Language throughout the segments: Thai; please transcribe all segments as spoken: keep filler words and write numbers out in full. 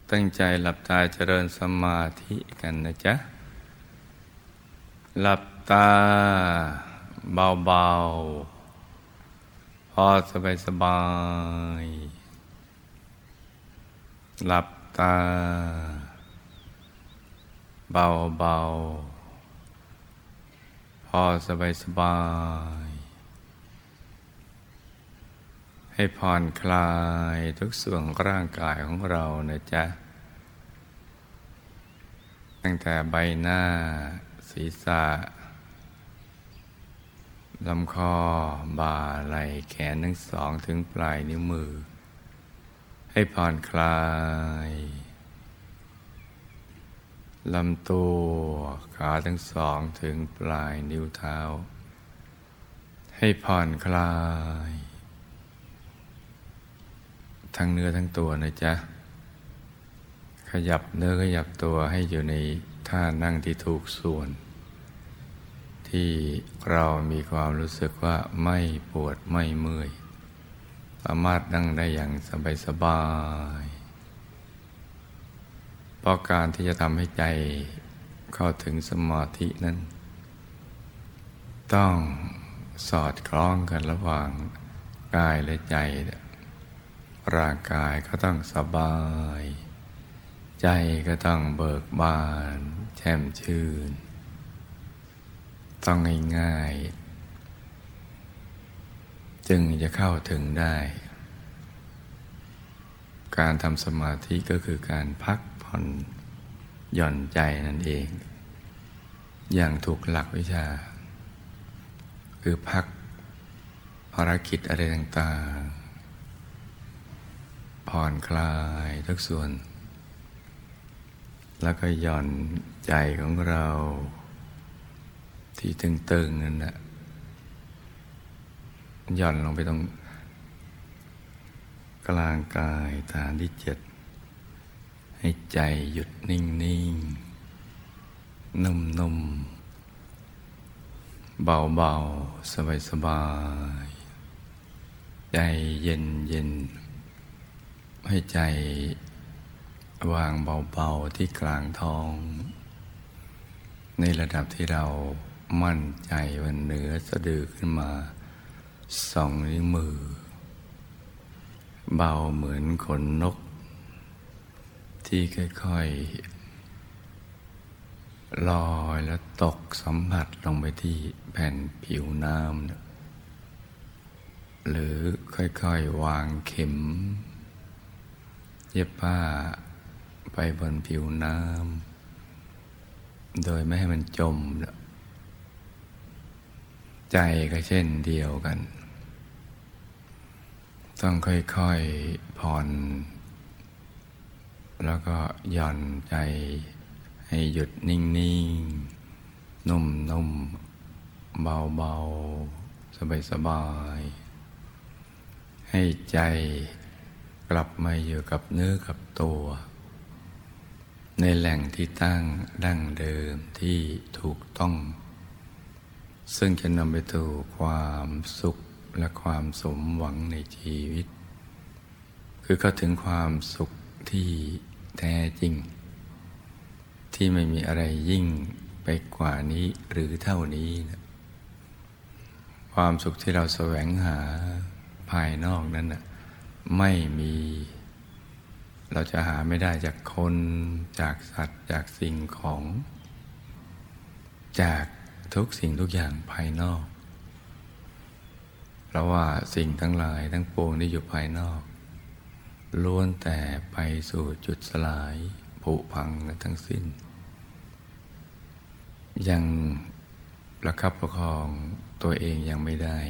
ตั้งใจหลับตาเจริญสมาธิกันนะจ๊ะหลับตาเบาๆพอสบายสบายหลับตาเบาๆพอสบายสบายให้ผ่อนคลายทุกส่วนของร่างกายของเรานะจ๊ะตั้งแต่ใบหน้าศีรษะลำคอบ่าไหล่แขนทั้งสองถึงปลายนิ้วมือให้ผ่อนคลายลำตัวขาทั้งสองถึงปลายนิ้วเท้าให้ผ่อนคลายทั้งเนื้อทั้งตัวนะจ๊ะขยับเนื้อขยับตัวให้อยู่ในท่านั่งที่ถูกส่วนที่เรามีความรู้สึกว่าไม่ปวดไม่เมื่อยสามารถนั่งได้อย่างสบายๆเพราะการที่จะทำให้ใจเข้าถึงสมาธินั้นต้องสอดคล้องกันระหว่างกายและใจร่างกายก็ต้องสบายใจก็ต้องเบิกบานแช่มชื่นต้องง่ายๆจึงจะเข้าถึงได้การทำสมาธิก็คือการพักผ่อนหย่อนใจนั่นเองอย่างถูกหลักวิชาคือพักภารกิจอะไรต่างๆผ่อนคลายทุกส่วนแล้วก็หย่อนใจของเราที่ตึงๆนั่นแหละหย่อนลงไปตรงกลางกายฐานที่เจ็ดให้ใจหยุดนิ่งๆนุ่มๆเบาๆสบายๆใจเย็นๆให้ใจวางเบาๆที่กลางท้องในระดับที่เรามั่นใจว่าเหนือสะดือขึ้นมาสองนิ้วมือเบาเหมือนขนนกที่ค่อยๆลอยแล้วตกสัมผัสลงไปที่แผ่นผิวน้ำหรือค่อยๆวางเข็มเย็บผ้าไปบนผิวน้ำโดยไม่ให้มันจมใจก็เช่นเดียวกันต้องค่อยๆผ่อนแล้วก็หย่อนใจให้หยุดนิ่งๆนุ่มๆเบาๆสบายๆให้ใจกลับมาอยู่กับเนื้อกับตัวในแหล่งที่ตั้งดั้งเดิมที่ถูกต้องซึ่งจะนำไปสู่ความสุขและความสมหวังในชีวิตคือเข้าถึงความสุขที่แท้จริงที่ไม่มีอะไรยิ่งไปกว่านี้หรือเท่านี้นะความสุขที่เราแสวงหาภายนอกนั้นนะไม่มีเราจะหาไม่ได้จากคนจากสัตว์จากสิ่งของจากทุกสิ่งทุกอย่างภายนอกเพราะว่าสิ่งทั้งหลายทั้งปวงที่อยู่ภายนอกล้วนแต่ไปสู่จุดสลายผุพังทั้งสิ้นยังประคับประคองตัวเองยังไม่ได้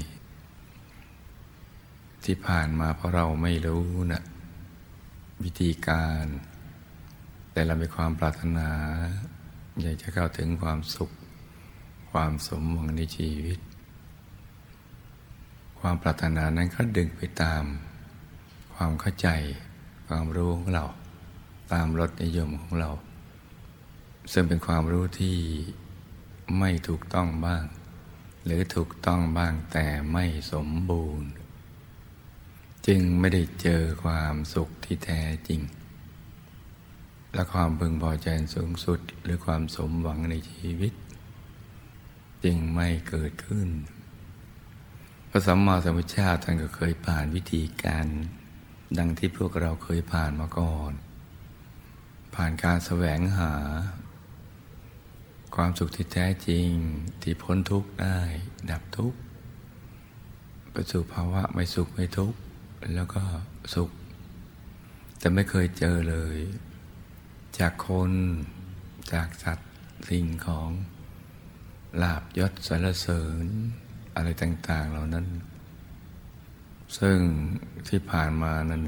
ที่ผ่านมาเพราะเราไม่รู้นะวิธีการแต่เรามีความปรารถนาอยากจะเข้าถึงความสุขความสมหวังในชีวิตความปรารถนานั้นก็ดึงไปตามความเข้าใจความรู้ของเราตามรสนิยมของเราซึ่งเป็นความรู้ที่ไม่ถูกต้องบ้างหรือถูกต้องบ้างแต่ไม่สมบูรณ์ จึงไม่ได้เจอความสุขที่แท้จริงและความพึงพอใจสูงสุดหรือความสมหวังในชีวิตจึงไม่เกิดขึ้นพระสัมมาสัมพุทธเจ้าท่านก็เคยผ่านวิธีการดังที่พวกเราเคยผ่านมาก่อนผ่านการแสวงหาความสุขที่แท้จริงที่พ้นทุกข์ได้ดับทุกข์ไปสู่ภาวะไม่สุขไม่ทุกข์แล้วก็สุขแต่ไม่เคยเจอเลยจากคนจากสัตว์สิ่งของลาภยศสรรเสริญอะไรต่างๆเหล่านั้นซึ่งที่ผ่านมานั้น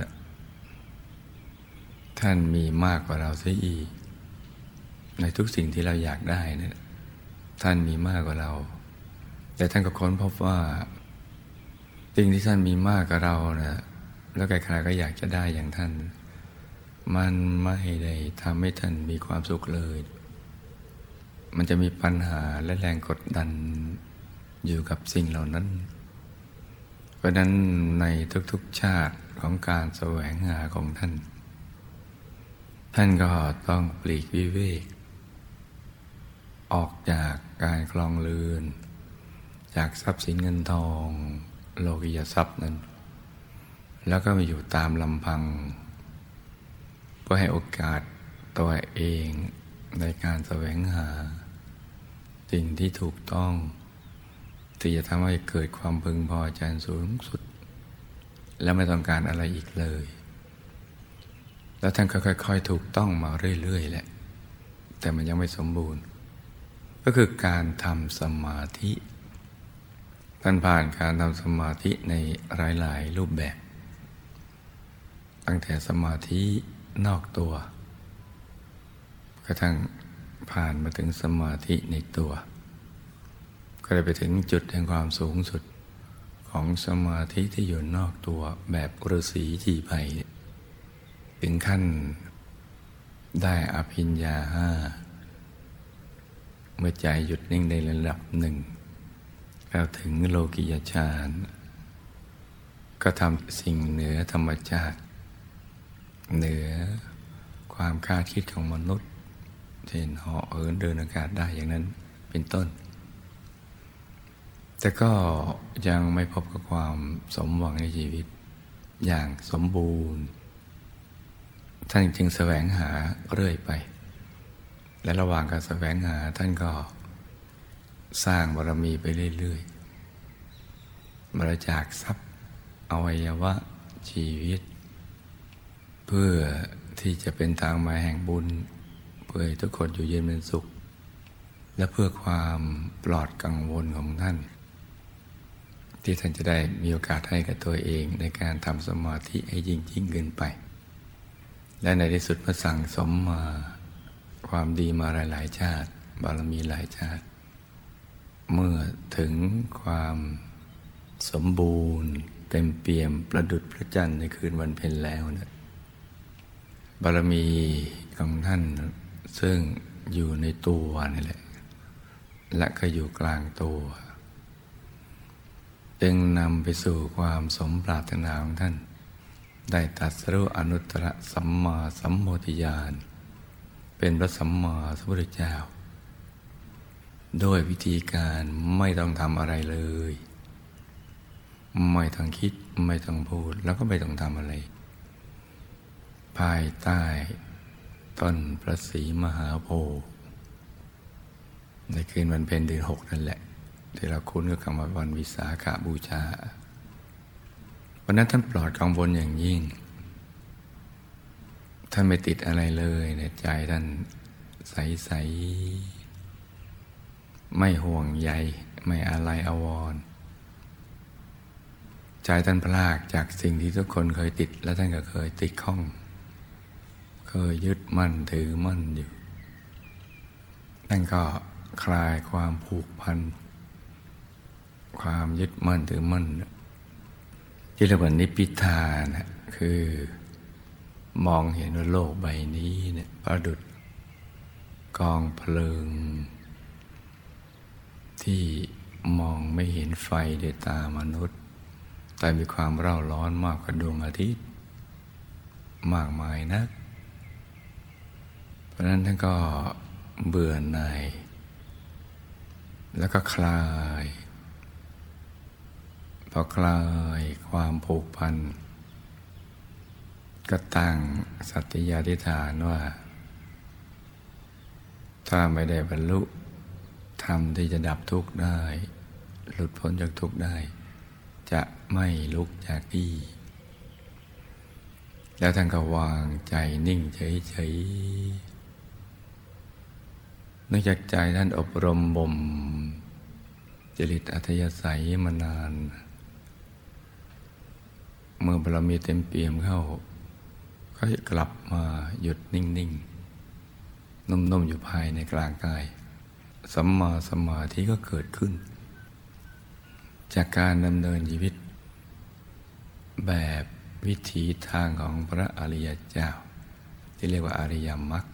ท่านมีมากกว่าเราเสียอีกในทุกสิ่งที่เราอยากได้เนี่ยท่านมีมากกว่าเราแต่ท่านก็ค้นพบว่าสิ่งที่ท่านมีมากกว่าเรานะแล้วใครๆก็อยากจะได้อย่างท่านมันไม่ได้ทำให้ท่านมีความสุขเลยมันจะมีปัญหาและแรงกดดันอยู่กับสิ่งเหล่านั้นเพราะนั้นในทุกๆชาติของการแสวงหาของท่านท่านก็ต้องปลีกวิเวกออกจากการคลองเรือนจากทรัพย์สินเงินทองโลกิยทรัพย์นั้นแล้วก็มาอยู่ตามลำพังเพื่อให้โอกาสตัวเองในการแสวงหาสิ่งที่ถูกต้องที่จะทำให้เกิดความพึงพอใจสูงสุดและไม่ต้องการอะไรอีกเลยแล้วท่านก็ค่อยๆถูกต้องมาเรื่อยๆแหละแต่มันยังไม่สมบูรณ์ก็คือการทำสมาธิท่านผ่านการทำสมาธิในหลายๆรูปแบบตั้งแต่สมาธินอกตัวกระทั่งผ่านมาถึงสมาธิในตัวก็ได้ไปถึงจุดแห่งความสูงสุดของสมาธิที่อยู่นอกตัวแบบฤาษีจีไพถึงขั้นได้อภิญญาห้าเมื่อใจหยุดนิ่งในระดับหนึ่งแล้วถึงโลกิยฌานก็ทำสิ่งเหนือธรรมชาติเหนือความคาดคิดของมนุษย์เช่นเหาะเหินเดินอากาศได้อย่างนั้นเป็นต้นแต่ก็ยังไม่พบกับความสมหวังในชีวิตอย่างสมบูรณ์ท่านจึงแสวงหาเรื่อยไปและระหว่างการแสวงหาท่านก็สร้างบารมีไปเรื่อยๆบริจาคทรัพย์อวัยวะชีวิตเพื่อที่จะเป็นทางมาแห่งบุญเพื่อให้ทุกคนอยู่เย็นเป็นสุขและเพื่อความปลอดกังวลของท่านที่ท่านจะได้มีโอกาสให้กับตัวเองในการทำสมาธิให้ยิ่งยิ่งขึ้นไปและในที่สุดเมื่อสั่งสมมาความดีมาหลายๆชาติบารมีหลายชาติเมื่อถึงความสมบูรณ์เต็มเปี่ยมประดุจพระจันทร์ในคืนวันเพ็ญแล้วนะบารมีของท่านซึ่งอยู่ในตัวนี่แหละและก็อยู่กลางตัวจึงนำไปสู่ความสมปรารถนาของท่านได้ตรัสรู้อนุตตรสัมมาสัมโพธิญาณเป็นพระสัมมาสัมพุทธเจ้าโดยวิธีการไม่ต้องทำอะไรเลยไม่ต้องคิดไม่ต้องพูดแล้วก็ไม่ต้องทำอะไรภายใต้ต้นพระศรีมหาโพธิ์ในคืนวันเพ็ญเดือนหกนั่นแหละที่เราคุ้นกับคำว่าวันวิสาขบูชาวันนั้นท่านปลอดกังวลอย่างยิ่งท่านไม่ติดอะไรเลยในใจท่านใสๆไม่ห่วงใยไม่อะไรอาวรณ์ใจท่านพลากจากสิ่งที่ทุกคนเคยติดและท่านก็เคยติดข้องเคยยึดมั่นถือมั่นอยู่ท่านก็คลายความผูกพันความยึดมั่นถือมั่นที่เรียกว่านิพพิทานะคือมองเห็นว่าโลกใบนี้เนี่ยประดุจกองเพลิงที่มองไม่เห็นไฟด้วยตามนุษย์แต่มีความเร่าร้อนมากกว่าดวงอาทิตย์มากมายนักราะฉะนั้นท่านก็เบื่อหน่ายแล้วก็คลายพอคลายความผูกพันก็ตั้งสัตยาธิษฐานว่าถ้าไม่ได้บรรลุธรรมที่จะดับทุกข์ได้หลุดพ้นจากทุกข์ได้จะไม่ลุกจากที่แล้วท่านก็วางใจนิ่งเฉยๆเนื่องจากใจท่านอบรมบ่มจริตอัธยาศัยมานานเมื่อบารมีเต็มเปี่ยมเข้าก็กลับมาหยุดนิ่งๆนุ่มๆอยู่ภายในกลางกายสัมมาสมาธิก็เกิดขึ้นจากการดำเนินชีวิตแบบวิถีทางของพระอริยเจ้าที่เรียกว่าอริยมรรค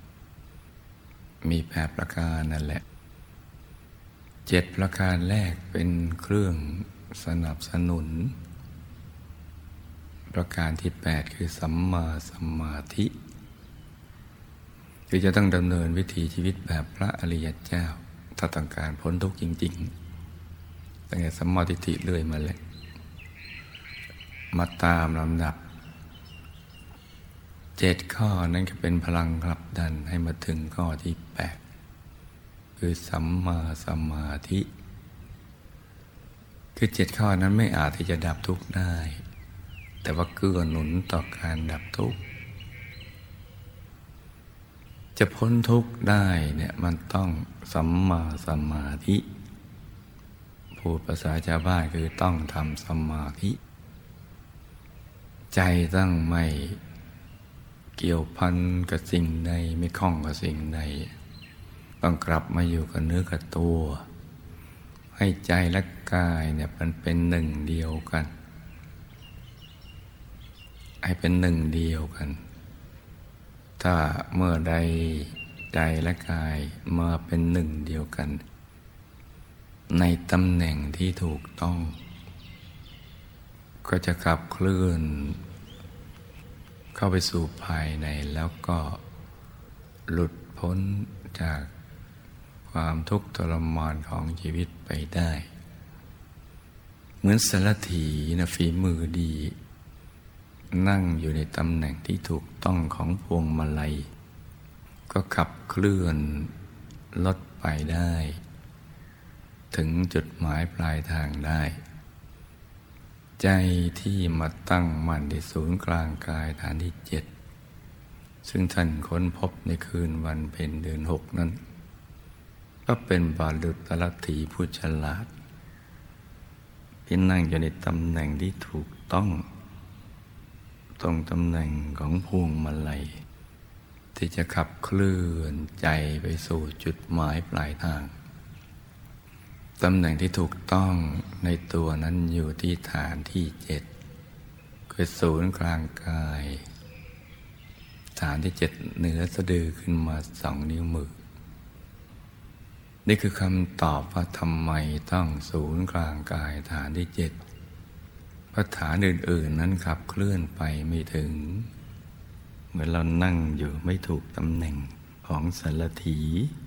มีแปดประการนั่นแหละเจ็ดประการแรกเป็นเครื่องสนับสนุนประการที่แปดคือสัมมาสมาธิคือจะต้องดำเนินวิถีชีวิตแบบพระอริยเจ้าถ้าต้องการพ้นทุกข์จริงๆตั้งแต่สัมมาทิฏฐิเรื่อยมาเลยมาตามลำดับเจ็ดข้อนั้นก็เป็นพลังผลักดันให้มาถึงข้อที่แปดคือสัมมาสมาธิคือเจ็ดข้อนั้นไม่อาจที่จะดับทุกข์ได้แต่ว่าเกื้อหนุนต่อการดับทุกข์จะพ้นทุกข์ได้เนี่ยมันต้องสัมมาสมาธิพูดภาษาชาวบ้านคือต้องทำสมาธิใจต้องไม่เกี่ยวพันกับสิ่งใดไม่คล้องกับสิ่งใดต้องกลับมาอยู่กับเนื้อกับตัวให้ใจและกายเนี่ยมันเป็นหนึ่งเดียวกันให้เป็นหนึ่งเดียวกันถ้าเมื่อใดใจและกายมาเป็นหนึ่งเดียวกันในตำแหน่งที่ถูกต้องก็จะขับเคลื่อนเข้าไปสู่ภายในแล้วก็หลุดพ้นจากความทุกข์ทรมานของชีวิตไปได้เหมือนสารถีนะฝีมือดีนั่งอยู่ในตำแหน่งที่ถูกต้องของพวงมาลัยก็ขับเคลื่อนรถไปได้ถึงจุดหมายปลายทางได้ใจที่มาตั้งมั่นที่ศูนย์กลางกายฐานที่เจ็ดซึ่งท่านค้นพบในคืนวันเพ็ญเดือนหกนั้นก็เป็นบาลุตลัทธิผู้ฉลาดที่นั่งอยู่ในตำแหน่งที่ถูกต้องตรงตำแหน่งของพวงมาลัยที่จะขับเคลื่อนใจไปสู่จุดหมายปลายทางตำแหน่งที่ถูกต้องในตัวนั้นอยู่ที่ฐานที่เจ็ดคือศูนย์กลางกายฐานที่เจ็ดเหนือสะดือขึ้นมาสองนิ้วมือนี่คือคำตอบว่าทำไมต้องศูนย์กลางกายฐานที่เจ็ดเพราะฐานอื่นๆนั้นขับเคลื่อนไปไม่ถึงเหมือนเรานั่งอยู่ไม่ถูกตำแหน่งของสารถี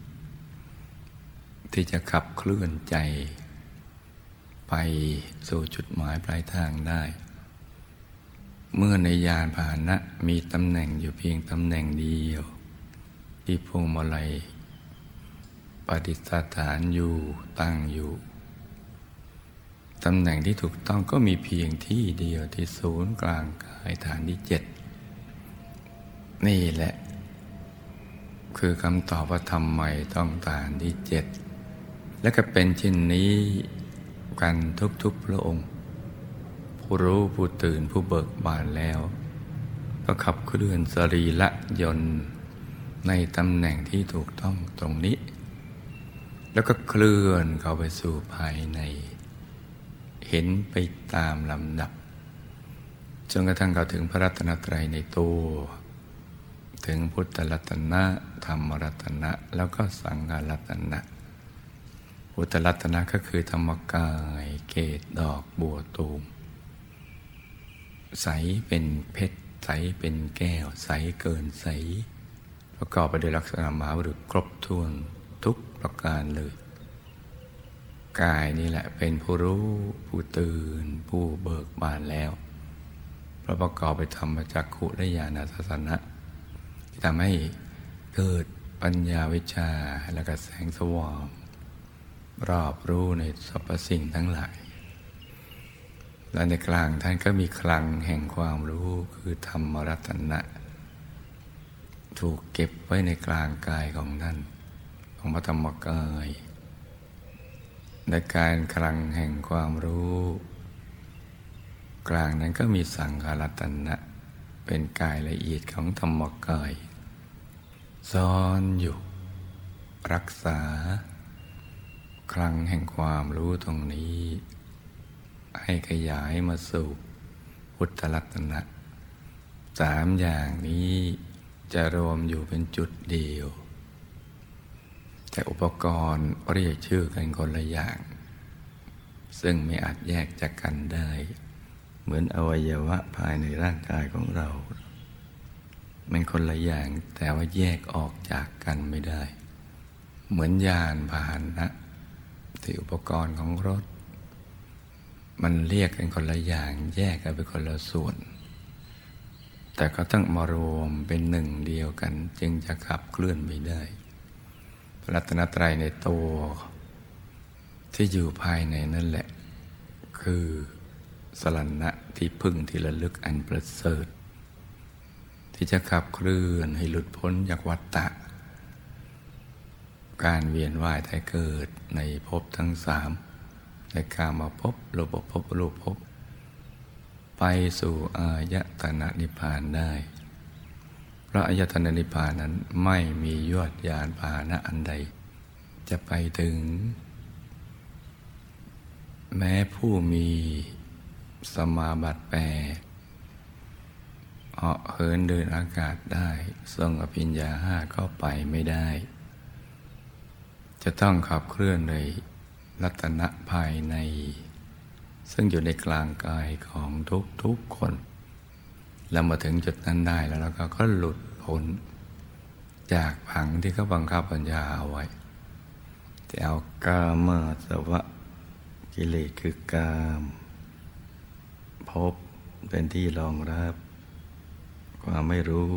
ที่จะขับเคลื่อนใจไปสู่จุดหมายปลายทางได้เมื่อในยานพาหนะมีตำแหน่งอยู่เพียงตำแหน่งเดียวที่พวงมาลัยปฏิสถานอยู่ตั้งอยู่ตำแหน่งที่ถูกต้องก็มีเพียงที่เดียวที่ศูนย์กลางกายฐานที่เจ็ดนี่แหละคือคำตอบว่าทำไมต้องฐานที่เจ็ดและก็เป็นเช่นนี้กันทุกๆพระองค์ผู้รู้ผู้ตื่นผู้เบิกบานแล้วก็ขับเคลื่อนสรีระยนต์ในตำแหน่งที่ถูกต้องตรงนี้แล้วก็เคลื่อนเข้าไปสู่ภายในเห็นไปตามลำดับจนกระทั่งเข้าถึงพระรัตนตรัยในตัวถึงพุทธรัตนะธรรมรัตนะแล้วก็สังฆรัตนะพุทธรัตนะก็คือธรรมกายเกศดอกบัวตูมใสเป็นเพชรใสเป็นแก้วใสเกินใสเพประกอบไปด้วยลักษณะมหาบุรุษครบถ้วนทุกประการเลยกายนี่แหละเป็นผู้รู้ผู้ตื่นผู้เบิกบานแล้วเพราะประกอบไปธรรมจักขุและญาณทัสสนะที่ทำให้เกิดปัญญาวิชาและก็แสงสว่างรอบรู้ในสรรพสิ่งทั้งหลายและในกลางท่านก็มีคลังแห่งความรู้คือธรรมรัตนะถูกเก็บไว้ในกลางกายของท่านของพระธรรมกายในการคลังแห่งความรู้กลางนั้นก็มีสังขารรัตนะเป็นกายละเอียดของธรรมกายซ่อนอยู่รักษาคลังแห่งความรู้ตรงนี้ให้ขยายมาสู่พุทธรัตนะสามอย่างนี้จะรวมอยู่เป็นจุดเดียวแต่อุปกรณ์เรียกชื่อกันคนละอย่างซึ่งไม่อาจแยกจากกันได้เหมือนอวัยวะภายในร่างกายของเรามันคนละอย่างแต่ว่าแยกออกจากกันไม่ได้เหมือนยานพาหนะที่อุปกรณ์ของรถมันเรียกกันคนละอย่างแยกกันเป็นคนละส่วนแต่ก็ต้องมารวมเป็นหนึ่งเดียวกันจึงจะขับเคลื่อนไปได้พระรัตนตรัยในตัวที่อยู่ภายในนั่นแหละคือสรณะที่พึ่งที่ระลึกอันประเสริฐที่จะขับเคลื่อนให้หลุดพ้นจากวัฏฏะการเวียนว่ายตายเกิดในภพทั้งสามในกามภพรูปภพอรูปภพไปสู่อายตนะนิพพานได้เพราะอายตนะนิพพานนั้นไม่มียวดยานพาหนะอันใดจะไปถึงแม้ผู้มีสมาบัติแปดเหาะเหินเดินอากาศได้ทรงอภิญญาห้าก็ไปไม่ได้จะต้องขับเคลื่อนในรัตนะภายในซึ่งอยู่ในกลางกายของทุกๆคนแล้วมาถึงจุดนั้นได้แล้วเราก็หลุดพ้นจากผังที่เขาบังคับปัญญาเอาไว้แต่เอากามสวะกิเลสคือกามภพเป็นที่รองรับความไม่รู้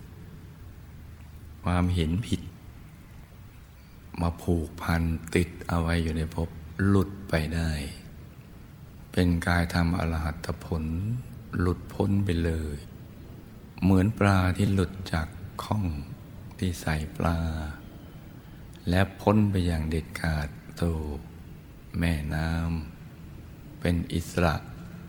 ความเห็นผิดมาผูกพันติดเอาไว้อยู่ในภพหลุดไปได้เป็นกายธรรมอรหัตผลหลุดพ้นไปเลยเหมือนปลาที่หลุดจากข้องที่ใส่ปลาและพ้นไปอย่างเด็ดขาดสู่แม่น้ำเป็นอิสระ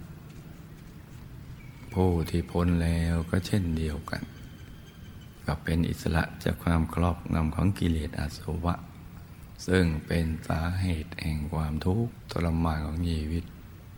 ผู้ที่พ้นแล้วก็เช่นเดียวกันก็เป็นอิสระจากความครอบงำของกิเลสอาสวะซึ่งเป็นสาเหตุแห่งความทุกข์ทรมานของชีวิต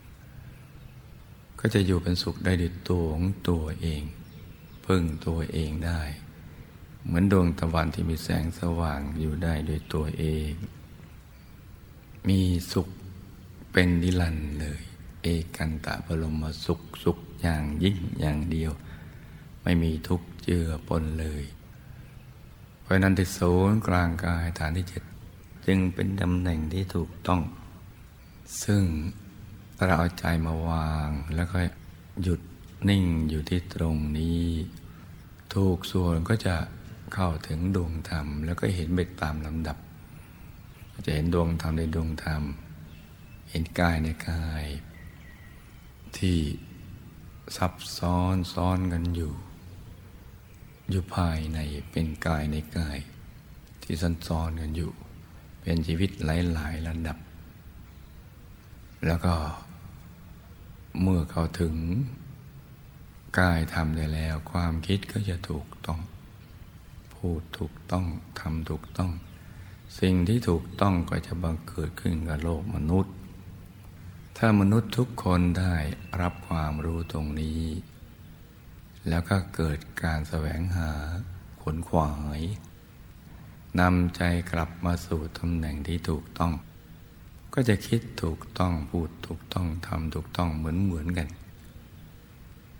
ก็จะอยู่เป็นสุขได้ด้วยตัวของตัวเองพึ่งตัวเองได้เหมือนดวงตะวันที่มีแสงสว่างอยู่ได้ด้วยตัวเองมีสุขเป็นนิรันดร์เลยเอกันตะบรมสุขสุขอย่างยิ่งอย่างเดียวไม่มีทุกข์เจือปนเลยเพราะนั้นที่ศูนย์กลางกายฐานที่เจ็ดจึงเป็นตำแหน่งที่ถูกต้องซึ่งเราเอาใจมาวางแล้วก็หยุดนิ่งอยู่ที่ตรงนี้ถูกส่วนก็จะเข้าถึงดวงธรรมแล้วก็เห็นไปตามลำดับจะเห็นดวงธรรมในดวงธรรมเห็นกายในกายที่ซับซ้อนซ้อนกันอยู่อยู่ภายในเป็นกายในกายที่ซ้อนซ้อนกันอยู่เป็นชีวิตหลายๆระดับแล้วก็เมื่อเข้าถึงกายทำได้แล้วความคิดก็จะถูกต้องพูดถูกต้องทำถูกต้องสิ่งที่ถูกต้องก็จะบังเกิดขึ้นกับโลกมนุษย์ถ้ามนุษย์ทุกคนได้รับความรู้ตรงนี้แล้วก็เกิดการแสวงหาขนขวายนำใจกลับมาสู่ตำแหน่งที่ถูกต้องก็จะคิดถูกต้องพูดถูกต้องทำถูกต้องเหมือนเหมือนกัน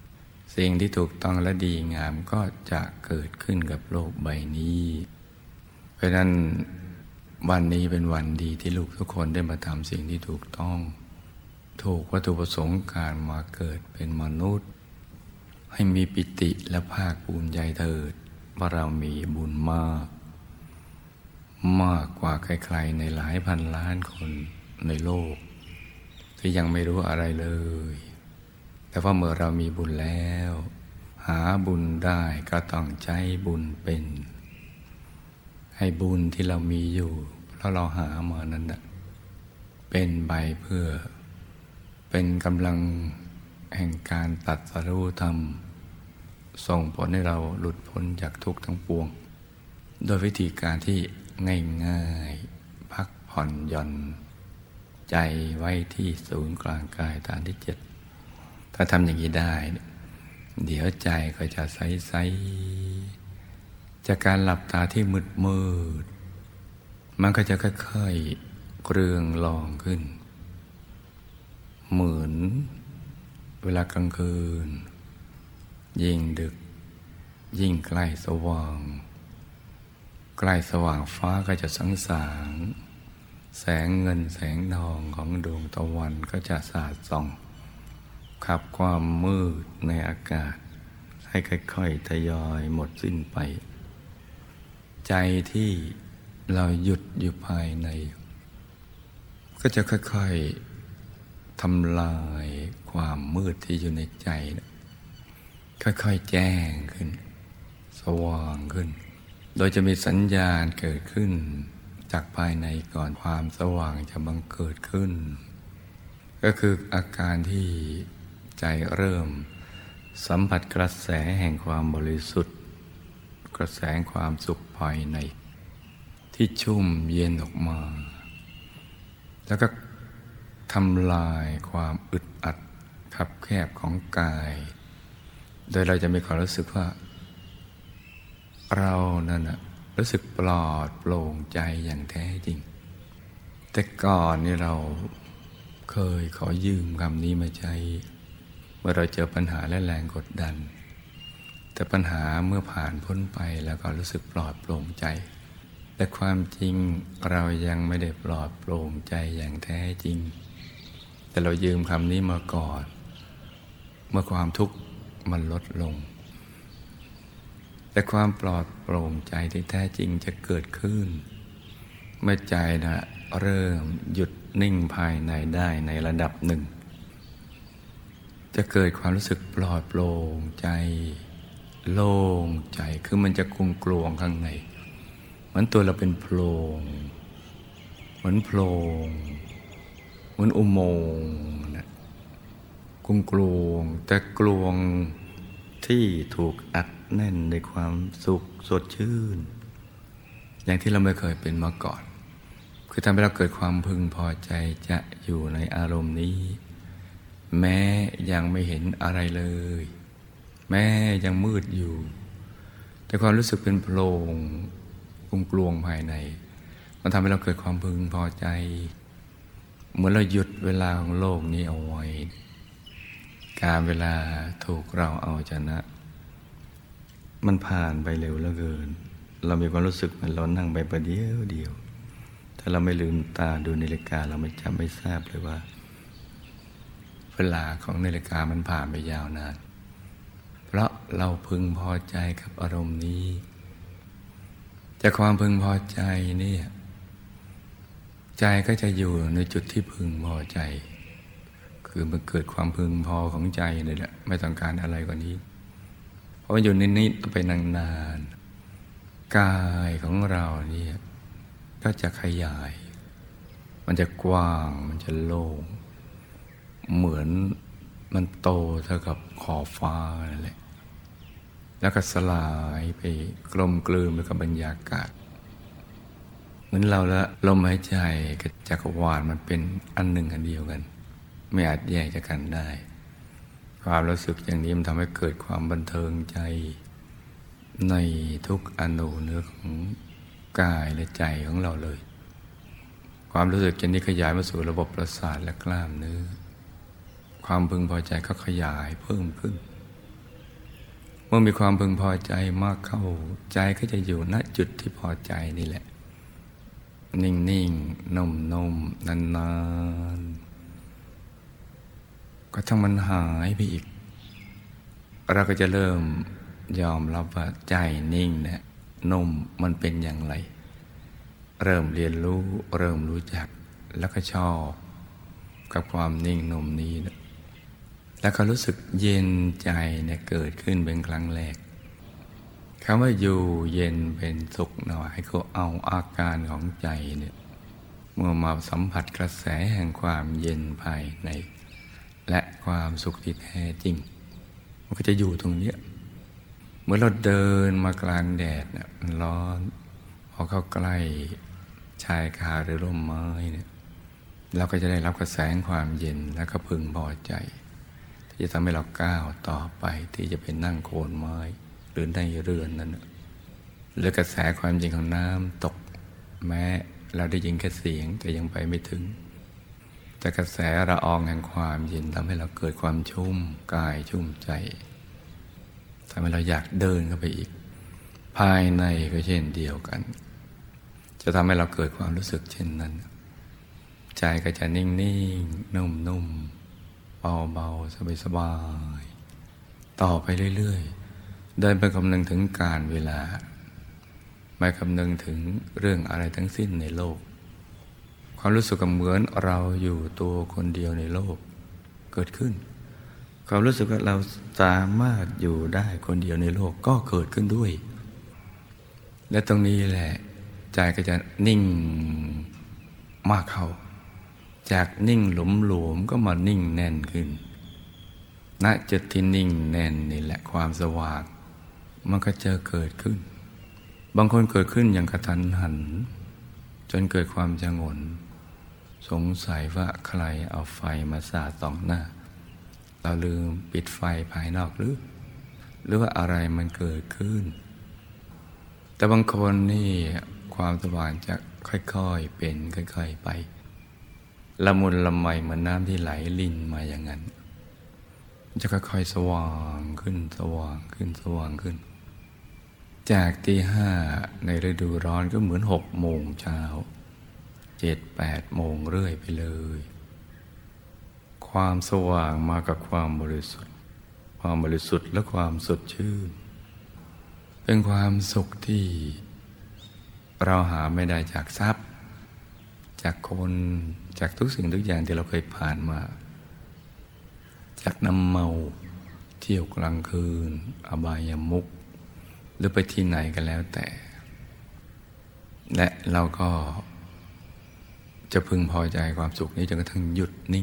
สิ่งที่ถูกต้องและดีงามก็จะเกิดขึ้นกับโลกใบนี้ เพราะนั้นวันนี้เป็นวันดีที่ลูกทุกคนได้มาทำสิ่งที่ถูกต้องถูกวัตถุประสงค์การมาเกิดเป็นมนุษย์ให้มีปิติและภาคภูมิใจเถิดว่าเรามีบุญมากมากกว่าใครๆในหลายพันล้านคนในโลกที่ยังไม่รู้อะไรเลยแต่ว่าเมื่อเรามีบุญแล้วหาบุญได้ก็ต้องใช้บุญเป็นให้บุญที่เรามีอยู่แล้วเราหามานั้นนะเป็นใบเพื่อเป็นกำลังแห่งการตรัสรู้ธรรมส่งผลให้เราหลุดพ้นจากทุกข์ทั้งปวงโดยวิธีการที่ง่ายๆพักผ่อนหย่อนใจไว้ที่ศูนย์กลางกายฐานที่เจ็ดถ้าทำอย่างนี้ได้เดี๋ยวใจก็จะใสๆจากการหลับตาที่มืดมืดมันก็จะค่อยๆเรืองรองขึ้นเหมือนเวลากลางคืนยิ่งดึกยิ่งใกล้สว่างใกล้สว่างฟ้าก็จะสังสางแสงเงินแสงทองของดวงตะวันก็จะสาดส่องขับความมืดในอากาศให้ค่อยๆทยอยหมดสิ้นไปใจที่เราหยุดอยู่ภายในก็จะค่อยๆทำลายความมืดที่อยู่ในใจค่อยๆแจ้งขึ้นสว่างขึ้นโดยจะมีสัญญาณเกิดขึ้นจากภายในก่อนความสว่างจะบังเกิดขึ้นก็คืออาการที่ใจเริ่มสัมผัสกระแสแห่งความบริสุทธิ์กระแสความสุขภายในที่ชุ่มเย็นออกมาแล้วก็ทำลายความอึดอัดคับแคบของกายโดยเราจะมีความรู้สึกว่าเรานั่นนะรู้สึกปลอดโปร่งใจอย่างแท้จริงแต่ก่อนนี่เราเคยขอยืมคำนี้มาใช้เมื่อเราเจอปัญหาและแรงกดดันแต่ปัญหาเมื่อผ่านพ้นไปแล้วก็รู้สึกปลอดโปร่งใจแต่ความจริงเรายังไม่ได้ปลอดโปร่งใจอย่างแท้จริงแต่เรายืมคำนี้มาก่อนเมื่อความทุกข์มันลดลงแต่ความปลอดโปร่งใจที่แท้จริงจะเกิดขึ้นเมื่อใจนะเริ่มหยุดนิ่งภายในได้ในระดับหนึ่งจะเกิดความรู้สึกปลอดโปร่งใจโล่งใจคือมันจะกุมกลวงข้างในเหมือนตัวเราเป็นโพรงเหมือนโพรงเหมือนอุโมงค์นะกุมกลวงแต่กลวงที่ถูกอัดแน่นในความสุขสดชื่นอย่างที่เราไม่เคยเป็นมาก่อนคือทำให้เราเกิดความพึงพอใจจะอยู่ในอารมณ์นี้แม้ยังไม่เห็นอะไรเลยแม้ยังมืดอยู่แต่ความรู้สึกเป็นโพรงกุมกลวงภายในมันทำให้เราเกิดความพึงพอใจเหมือนเราหยุดเวลาของโลกนี้เอาไว้การเวลาถูกเราเอาชนะมันผ่านไปเร็วเหลือเกินเรามีความรู้สึกเหมือนเรานั่งไปประเดี๋ยวเดียวถ้าเราไม่ลืมตาดูนาฬิกาเราไม่จำไม่ทราบเลยว่าเวลาของนาฬิกามันผ่านไปยาวนานเพราะเราพึงพอใจกับอารมณ์นี้จากความพึงพอใจนี่ใจก็จะอยู่ในจุดที่พึงพอใจคือมันเกิดความพึงพอของใจเลยแหละไม่ต้องการอะไรกว่านี้เพราะอยู่ในนี้ไปนานๆกายของเราเนี่ยก็จะขยายมันจะกว้างมันจะโล่งเหมือนมันโตเท่ากับขอบฟ้านั่นแหละแล้วก็สลายไปกลมกลืนไปกับบรรยากาศเหมือนเราละลมหายใจกับจักรวาลมันเป็นอันหนึ่งอันเดียวกันไม่อาจแยกจากกันได้ความรู้สึกอย่างนี้มันทำให้เกิดความบันเทิงใจในทุกอนูเนื้อของกายและใจของเราเลย ความรู้สึกจะนี้ขยายมาสู่ระบบประสาทและกล้ามเนื้อความพึงพอใจก็ขยายเพิ่มขึ้นเมื่อมีความพึงพอใจมากเข้าใจก็จะอยู่ณจุดที่พอใจนี่แหละนิ่งๆนุ่มๆนานๆก็ทั้งมันหายไปอีกเราก็จะเริ่มยอมรับว่าใจนิ่งเนี่ยนุ่มมันเป็นอย่างไรเริ่มเรียนรู้เริ่มรู้จักแล้วก็ชอบกับความนิ่งนุ่มนี้นะแล้วก็รู้สึกเย็นใจเนี่ยเกิดขึ้นเป็นครั้งแรกคำว่าอยู่เย็นเป็นสุขหน่อยให้เขาเอาอาการของใจเนี่ยเมื่อมาสัมผัสกระแสแห่งความเย็นภายในและความสุขที่แท้จริงมันก็จะอยู่ตรงเนี้ยเมื่อเราเดินมากลางแดดเนี่ยมันร้อนพอเข้าใกล้ชายคาหรือร่มไม้เนี่ยเราก็จะได้รับกระแสความเย็นและก็พึงพอใจที่จะทำให้เราก้าวต่อไปที่จะเป็นนั่งโคนไม้หรือในเรือนนั้นหรือกระแสความเย็นของน้ำตกแม้เราได้ยินแค่เสียงแต่ยังไปไม่ถึงแต่กระแสละอองแห่งความเย็นทำให้เราเกิดความชุ่มกายชุ่มใจทำให้เราอยากเดินเข้าไปอีกภายในก็เช่นเดียวกันจะทำให้เราเกิดความรู้สึกเช่นนั้นใจก็จะนิ่งๆนุ่มๆเบาๆสบายๆต่อไปเรื่อยๆเดินไปคำนึงถึงการเวลาไม่คำนึงถึงเรื่องอะไรทั้งสิ้นในโลกความรู้สึกเหมือนเราอยู่ตัวคนเดียวในโลกเกิดขึ้นความรู้สึกว่าเราสามารถอยู่ได้คนเดียวในโลกก็เกิดขึ้นด้วยและตรงนี้แหละใจก็จะนิ่งมากเข้าจากนิ่งหลวมหลวมก็มานิ่งแน่นขึ้นณจุดที่นิ่งแน่นนี่แหละความสว่างมันก็จะเกิดขึ้นบางคนเกิดขึ้นอย่างกระทันหันจนเกิดความชงนสงสัยว่าใครเอาไฟมาสาดส่องหน้าเราลืมปิดไฟภายนอกหรือหรือว่าอะไรมันเกิดขึ้นแต่บางคนนี่ความสว่างจะค่อยๆเป็นค่อยๆไปละมุนละไมเหมือนน้ำที่ไหลลินมาอย่างนั้นจะค่อยๆสว่างขึ้นสว่างขึ้นสว่างขึ้นจากตีห้าในฤดูร้อนก็เหมือนหกโมงเช้าเจ็ดแปดโมงเรื่อยไปเลยความสว่างมากับความบริสุทธิ์ความบริสุทธิ์และความสดชื่นเป็นความสุขที่เราหาไม่ได้จากทรัพย์จากคนจากทุกสิ่งทุกอย่างที่เราเคยผ่านมาจากน้ำเมาเที่ยวกลางคืนอบายมุขหรือไปที่ไหนกันแล้วแต่และเราก็จะพึงพอใจความสุขนี้จนกระทั่งหยุดนิ่ง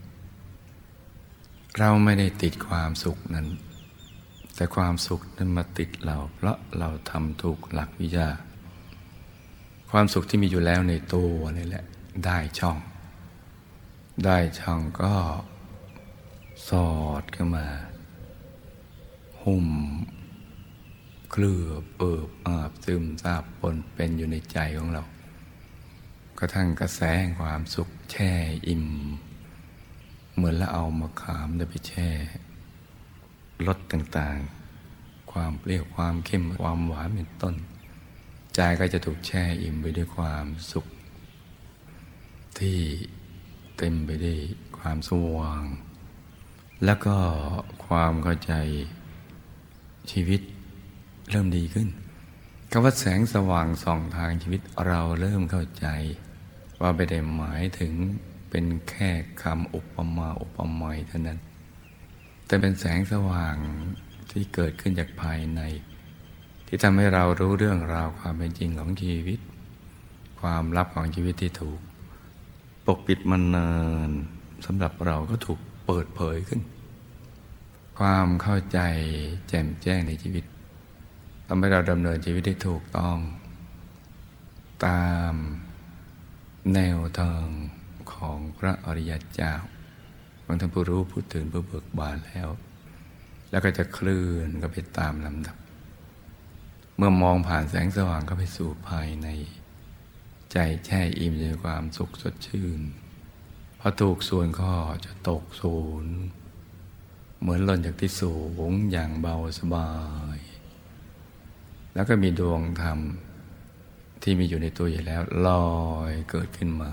เราไม่ได้ติดความสุขนั้นแต่ความสุขนั้นมาติดเราเพราะเราทำถูกหลักวิชาความสุขที่มีอยู่แล้วในตัวนี่แหละได้ช่องได้ช่องก็สอดเข้ามาหุ้มเคลือบเอิบอาบซึมซาบปนเป็นอยู่ในใจของเรากระทั่งกระแสแห่งความสุขแช่อิ่มเหมือนละเอามะขามได้ไปแช่รสต่างๆความเปรี้ยวความเค็มความหวานเป็นต้นใจก็จะถูกแช่อิ่มไปด้วยความสุขที่เต็มไปด้วยความสว่างแล้วก็ความเข้าใจชีวิตเริ่มดีขึ้นคำว่าแสงสว่างส่องทางชีวิตเราเริ่มเข้าใจว่าไม่ได้หมายถึงเป็นแค่คำอุปมาอุปไมยเท่านั้นแต่เป็นแสงสว่างที่เกิดขึ้นจากภายในที่ทำให้เรารู้เรื่องราวความเป็นจริงของชีวิตความลับของชีวิตที่ถูกปกปิดมานานสำหรับเราก็ถูกเปิดเผยขึ้นความเข้าใจแจ่มแจ้งในชีวิตทำให้เราดำเนินชีวิตได้ถูกต้องตามแนวทางของพระอริยเจ้าของท่านผู้รู้ผู้ตื่นผู้เบิกบานแล้วแล้วก็จะเคลื่อนก็ไปตามลำดับเมื่อมองผ่านแสงสว่างเข้าไปสู่ภายในใจแช่อิ่มในความสุขสดชื่นพอถูกส่วนข้อจะตกศูนย์เหมือนหล่นจากที่สูงอย่างเบาสบาย แล้วก็มีดวงธรรมที่มีอยู่ในตัวอยู่แล้วลอยเกิดขึ้นมา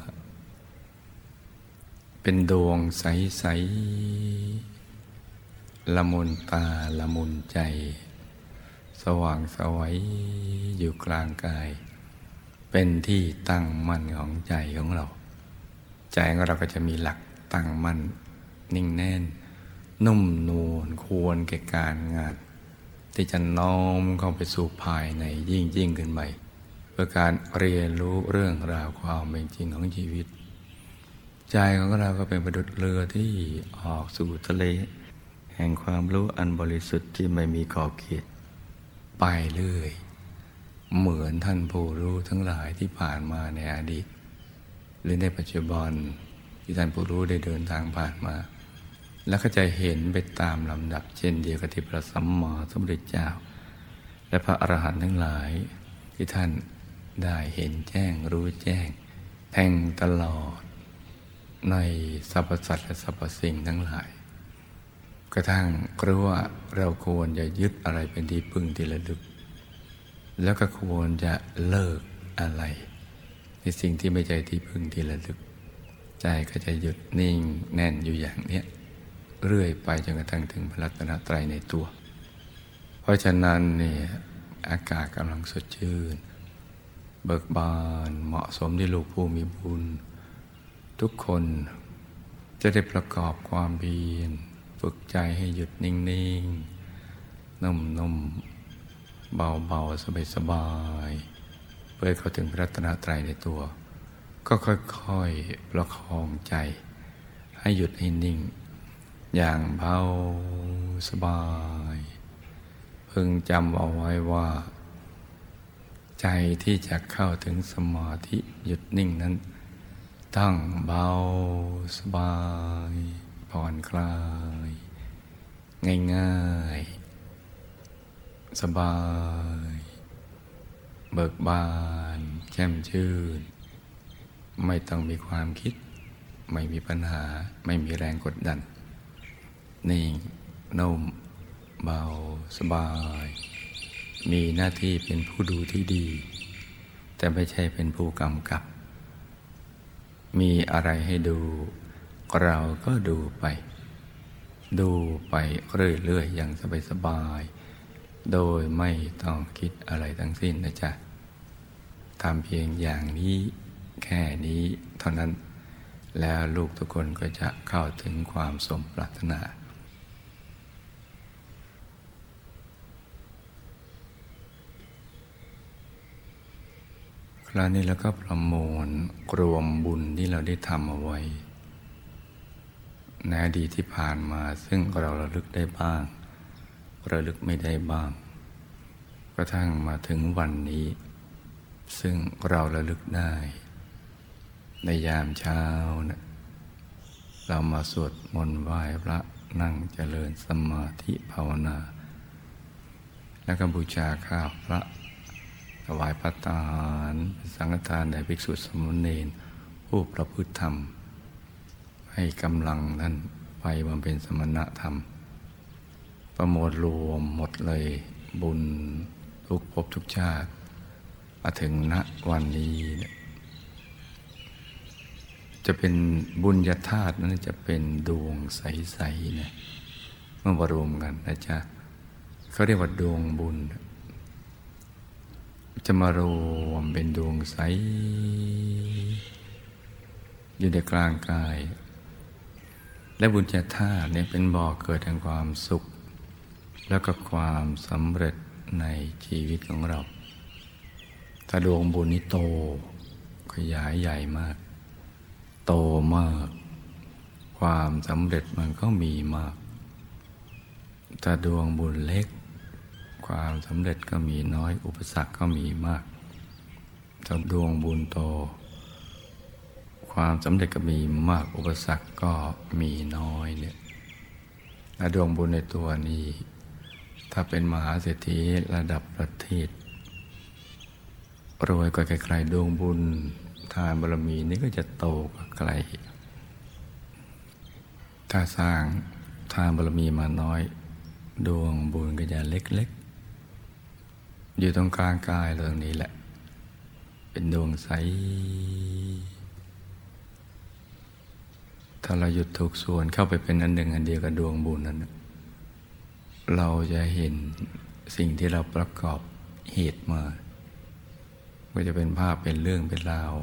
เป็นดวงใสๆละมุนตาละมุนใจ สว่างสวัยอยู่กลางกาย เป็นที่ตั้งมั่นของใจของเรา ใจของเราก็จะมีหลักตั้งมั่นนิ่งแน่นนุ่มนวลควรแก่การงานที่จะน้อมเข้าไปสู่ภายในยิ่งยิ่งขึ้นไปเพื่อการเรียนรู้เรื่องราวความเป็นจริงของชีวิตใจของเราก็เป็นประดุจเรือที่ออกสู่ทะเลแห่งความรู้อันบริสุทธิ์ที่ไม่มีขอบเขตไปเรื่อยเหมือนท่านผู้รู้ทั้งหลายที่ผ่านมาในอดีตหรือในปัจจุบันที่ท่านผู้รู้ได้เดินทางผ่านมาแล้วก็จะเห็นไปตามลำดับเช่นเดียวกับที่พระสัมมาสัมพุทธเจ้าและพระอรหันต์ทั้งหลายที่ท่านได้เห็นแจ้งรู้แจ้งแทงตลอดในสรรพสัตว์และสรรพสิ่งทั้งหลายกระทั่งรู้ว่าเราควรจะยึดอะไรเป็นที่พึ่งที่ระลึกแล้วก็ควรจะเลิกอะไรในสิ่งที่ไม่ใช่ที่พึ่งที่ระลึกใจก็จะหยุดนิ่งแน่นอยู่อย่างนี้เรื่อยไปจนกระทั่งถึงพระรัตนตรัยในตัวเพราะฉะนั้นเนี่ยอากาศกำลังสดชื่นเบิกบานเหมาะสมที่ลูกผู้มีบุญทุกคนจะได้ประกอบความเพียรฝึกใจให้หยุดนิ่งๆนุ่มๆเบาๆสบายๆเพื่อเข้าถึงพระรัตนตรัยในตัวก็ค่อยๆประคองใจให้หยุดให้นิ่งอย่างเบาสบายพึงจำเอาไว้ว่าใจที่จะเข้าถึงสมาธิหยุดนิ่งนั้นต้องเบาสบายผ่อนคลายง่ายๆสบายเบิกบานแจ่มชื่นไม่ต้องมีความคิดไม่มีปัญหาไม่มีแรงกดดันนิ่งนุ่มเบาสบายมีหน้าที่เป็นผู้ดูที่ดีแต่ไม่ใช่เป็นผู้กำกับมีอะไรให้ดูเราก็ดูไปดูไปเรื่อยๆอย่างสบายๆโดยไม่ต้องคิดอะไรทั้งสิ้นนะจ๊ะทำเพียงอย่างนี้แค่นี้เท่านั้นแล้วลูกทุกคนก็จะเข้าถึงความสมปรารถนาคราวนี้เราก็ประมวลรวมบุญที่เราได้ทำเอาไว้ในอดีตที่ผ่านมาซึ่งเราระลึกได้บ้างระลึกไม่ได้บ้างกระทั่งมาถึงวันนี้ซึ่งเราระลึกได้ในยามเช้านะเรามาสวดมนต์ไหว้พระนั่งเจริญสมาธิภาวนาแล้วก็บูชาข้าวพระถวายภัตตาหารสังฆทานแด่ภิกษุสามเณรผู้ประพฤติธรรมให้กำลังนั้นไปบำเพ็ญสมณธรรมประมวลรวมหมดเลยบุญทุกภพทุกชาติมาถึงณวันนี้เนี่ยจะเป็นบุญญาธาตุนั้นจะเป็นดวงใสๆนะเมื่อมารวมกันนะจ๊ะเขาเรียกว่าดวงบุญจะมารวมเป็นดวงใสอยู่ในกลางกายและบุญญาธาตุเนี่ยเป็นบ่อเกิดแห่งความสุขแล้วก็ความสำเร็จในชีวิตของเราถ้าดวงบุญนี้โตขยายใหญ่มากโตมากความสำเร็จมันก็มีมากถ้าดวงบุญเล็กความสำเร็จก็มีน้อยอุปสรรคก็มีมากถ้าดวงบุญโตความสำเร็จก็มีมากอุปสรรคก็มีน้อยเนี่ยและดวงบุญในตัวนี้ถ้าเป็นมหาเศรษฐีระดับประเทศรวยกว่าใครๆดวงบุญทานบารมีนี้ก็จะโตกว่าใครถ้าสร้างทานบารมีมาน้อยดวงบุญก็จะเล็กๆอยู่ตรงกลางกายเรื่องนี้แหละเป็นดวงใสถ้าเราหยุดถูกส่วนเข้าไปเป็นอันหนึ่งอันเดียวกับดวงบุญนั้นเราจะเห็นสิ่งที่เราประกอบเหตุมาก็จะเป็นภาพเป็นเรื่องเป็นราว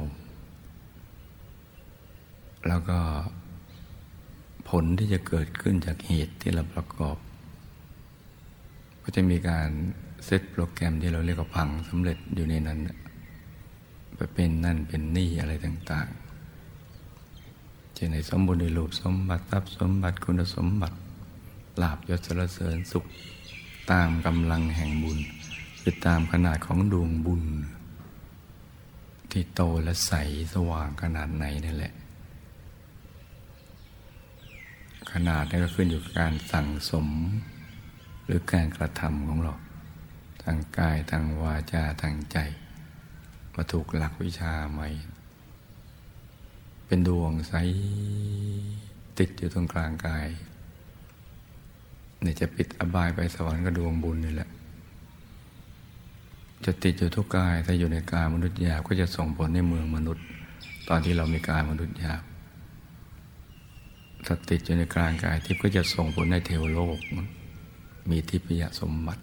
แล้วก็ผลที่จะเกิดขึ้นจากเหตุที่เราประกอบก็จะมีการเซตโปรแกรมที่เราเรียกว่าพังสำเร็จอยู่ในนั้นไปเป็นนั่นเป็นนี่อะไรต่างๆเช่นในสมบูรณ์ในรูปสมบัติทรัพย์สมบัติคุณสมบัติลาภยศสรรเสริญสุขตามกำลังแห่งบุญคือตามขนาดของดวงบุญที่โตและใสสว่างขนาดไหนนั่นแหละขนาดนี้ก็ขึ้นอยู่กับการสั่งสมหรือการกระทำของเราทางกายทางวาจาทางใจมาถูกหลักวิชาใหม่เป็นดวงใสติดอยู่ตรงกลางกายเนี่ยจะปิดอบายไปสวรรค์ก็ดวงบุญนี่แหละจะติดอยู่ทุกกายถ้าอยู่ในกายมนุษย์หยาบก็จะส่งผลในเมืองมนุษย์ตอนที่เรามีกายมนุษย์หยาบถ้าติดอยู่ในกลางกายทิพย์ก็จะส่งผลในเทวโลกมีทิพยสมบัติ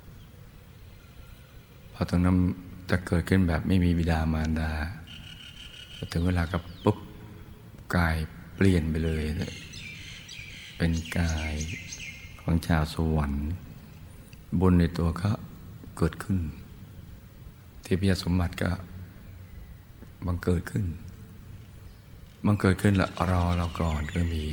พอตรงนั้นจะเกิดขึ้นแบบไม่มีบิดามารดาถึงเวลาก็ปุ๊บกายเปลี่ยนไปเลยเป็นกายของชาวสวรรค์บุญในตัวก็เกิดขึ้นทิพยสมบัติก็บังเกิดขึ้นบังเกิดขึ้นแล้วรอเราก่อนก็มี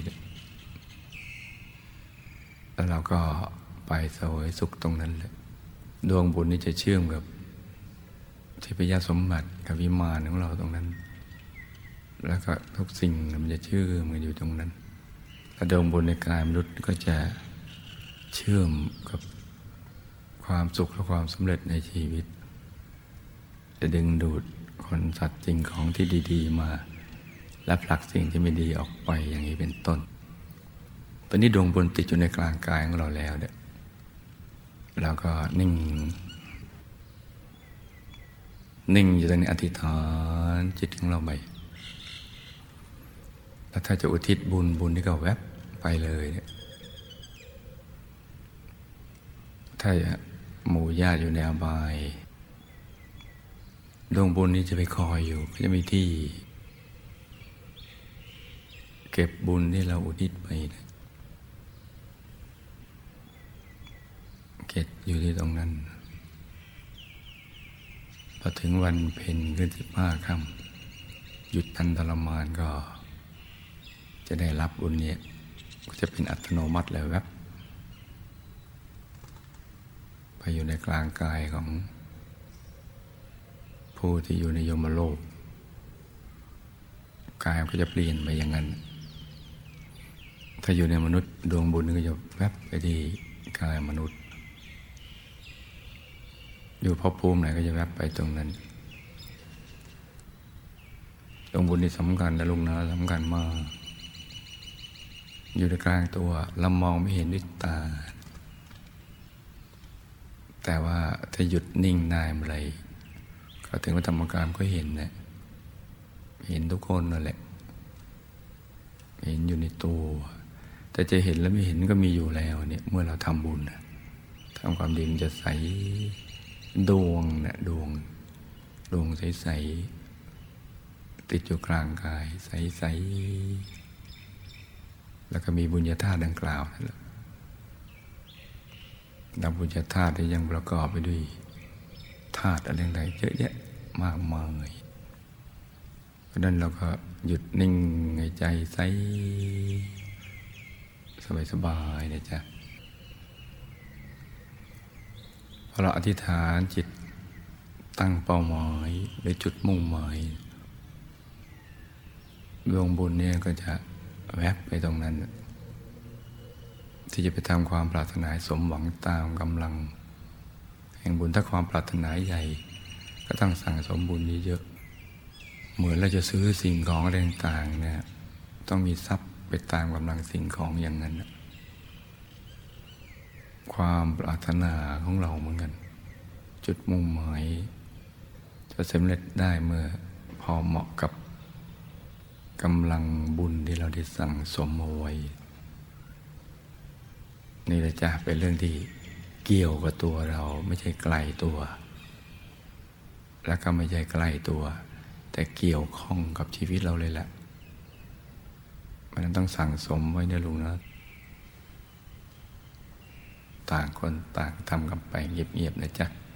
แล้วเราก็ไปเสวยสุขตรงนั้นแหละดวงบุญนี่จะเชื่อมกับทิพยสมบัติกับวิมานของเราตรงนั้นแล้วก็ทุกสิ่งมันจะเชื่อมกันอยู่ตรงนั้นแล้วดวงบุญในกายมนุษย์ก็จะเชื่อมกับความสุขและความสำเร็จในชีวิตจะดึงดูดคนสัตว์สิ่งของที่ดีๆมาและผลักสิ่งที่ไม่ดีออกไปอย่างนี้เป็นต้นตอนนี้ดวงบุญติดอยู่ในกลางกายของเราแล้วเนี่ยเราก็นิ่งนิ่งอยู่ตรงนี้อธิษฐานจิตของเราไปแล้วถ้าจะอุทิศบุญบุญนี่ก็แวบไปเลยเนี่ยถ้าหมู่ญาติอยู่ในอบายดวงบุญนี้จะไปคอยอยู่ก็จะมีที่เก็บบุญที่เราอุทิศไปนะเก็บอยู่ที่ตรงนั้นพอถึงวันเพ็ญขึ้นสิบห้าค่ำหยุดทันทรมานก็จะได้รับบุญนี้ก็จะเป็นอัตโนมัติเลยแวบไปอยู่ในกลางกายของผู้ที่อยู่ในยมโลกกายก็จะเปลี่ยนไปอย่างนั้นถ้าอยู่ในมนุษย์ดวงบุญก็จะแวบไปที่กายมนุษย์อยู่ภพภูมิไหนก็จะแวบไปตรงนั้นดวงบุญนี่สำคัญและลุงนะสำคัญมากอยู่ในกลางตัวเรามองไม่เห็นด้วยตาแต่ว่าถ้าหยุดนิ่งนานเมื่อไรก็ถึงว่าธรรมกายก็เห็นนะเห็นทุกคนนั่นแหละเห็นอยู่ในตัวแต่จะเห็นแล้วไม่เห็นก็มีอยู่แล้วเนี่ยเมื่อเราทำบุญนะทำความดีมันจะใสดวงนะดวงดวงใสๆติดอยู่กลางกายใสๆแล้วก็มีบุญญาธาตุดังกล่าวนั่นแหละดับบุญญาธาตุที่ยังประกอบไปด้วยธาตุอะไรต่างๆเยอะแยะมากมายเพราะนั้นเราก็หยุดนิ่งในใจใสสบายๆนะจ๊ะพอเราอธิษฐานจิตตั้งเป้าหมายหรือจุดมุ่งหมายดวงบุญเนี่ยก็จะแวบไปตรงนั้นที่จะไปทำความปรารถนาสมหวังตามกำลังแห่งบุญถ้าความปรารถนาใหญ่ก็ต้องสั่งสมบุญเยอะๆเหมือนเราจะซื้อสิ่งของอะไรต่างๆเนี่ยต้องมีทรัพย์ไปตามกำลังสิ่งของอย่างนั้นความปรารถนาของเราเหมือนกันจุดมุ่งหมายจะสำเร็จได้เมื่อพอเหมาะกับกำลังบุญที่เราได้สั่งสมเอาไว้นี่แหละจ้ะเป็นเรื่องที่เกี่ยวกับตัวเราไม่ใช่ไกลตัวแล้วก็ไม่ใช่ใกล้ตัวแต่เกี่ยวข้องกับชีวิตเราเลยแหละมันต้องสั่งสมไว้นะลุงนะต่างคนต่างทำกันไปเงียบๆนะจ๊ะ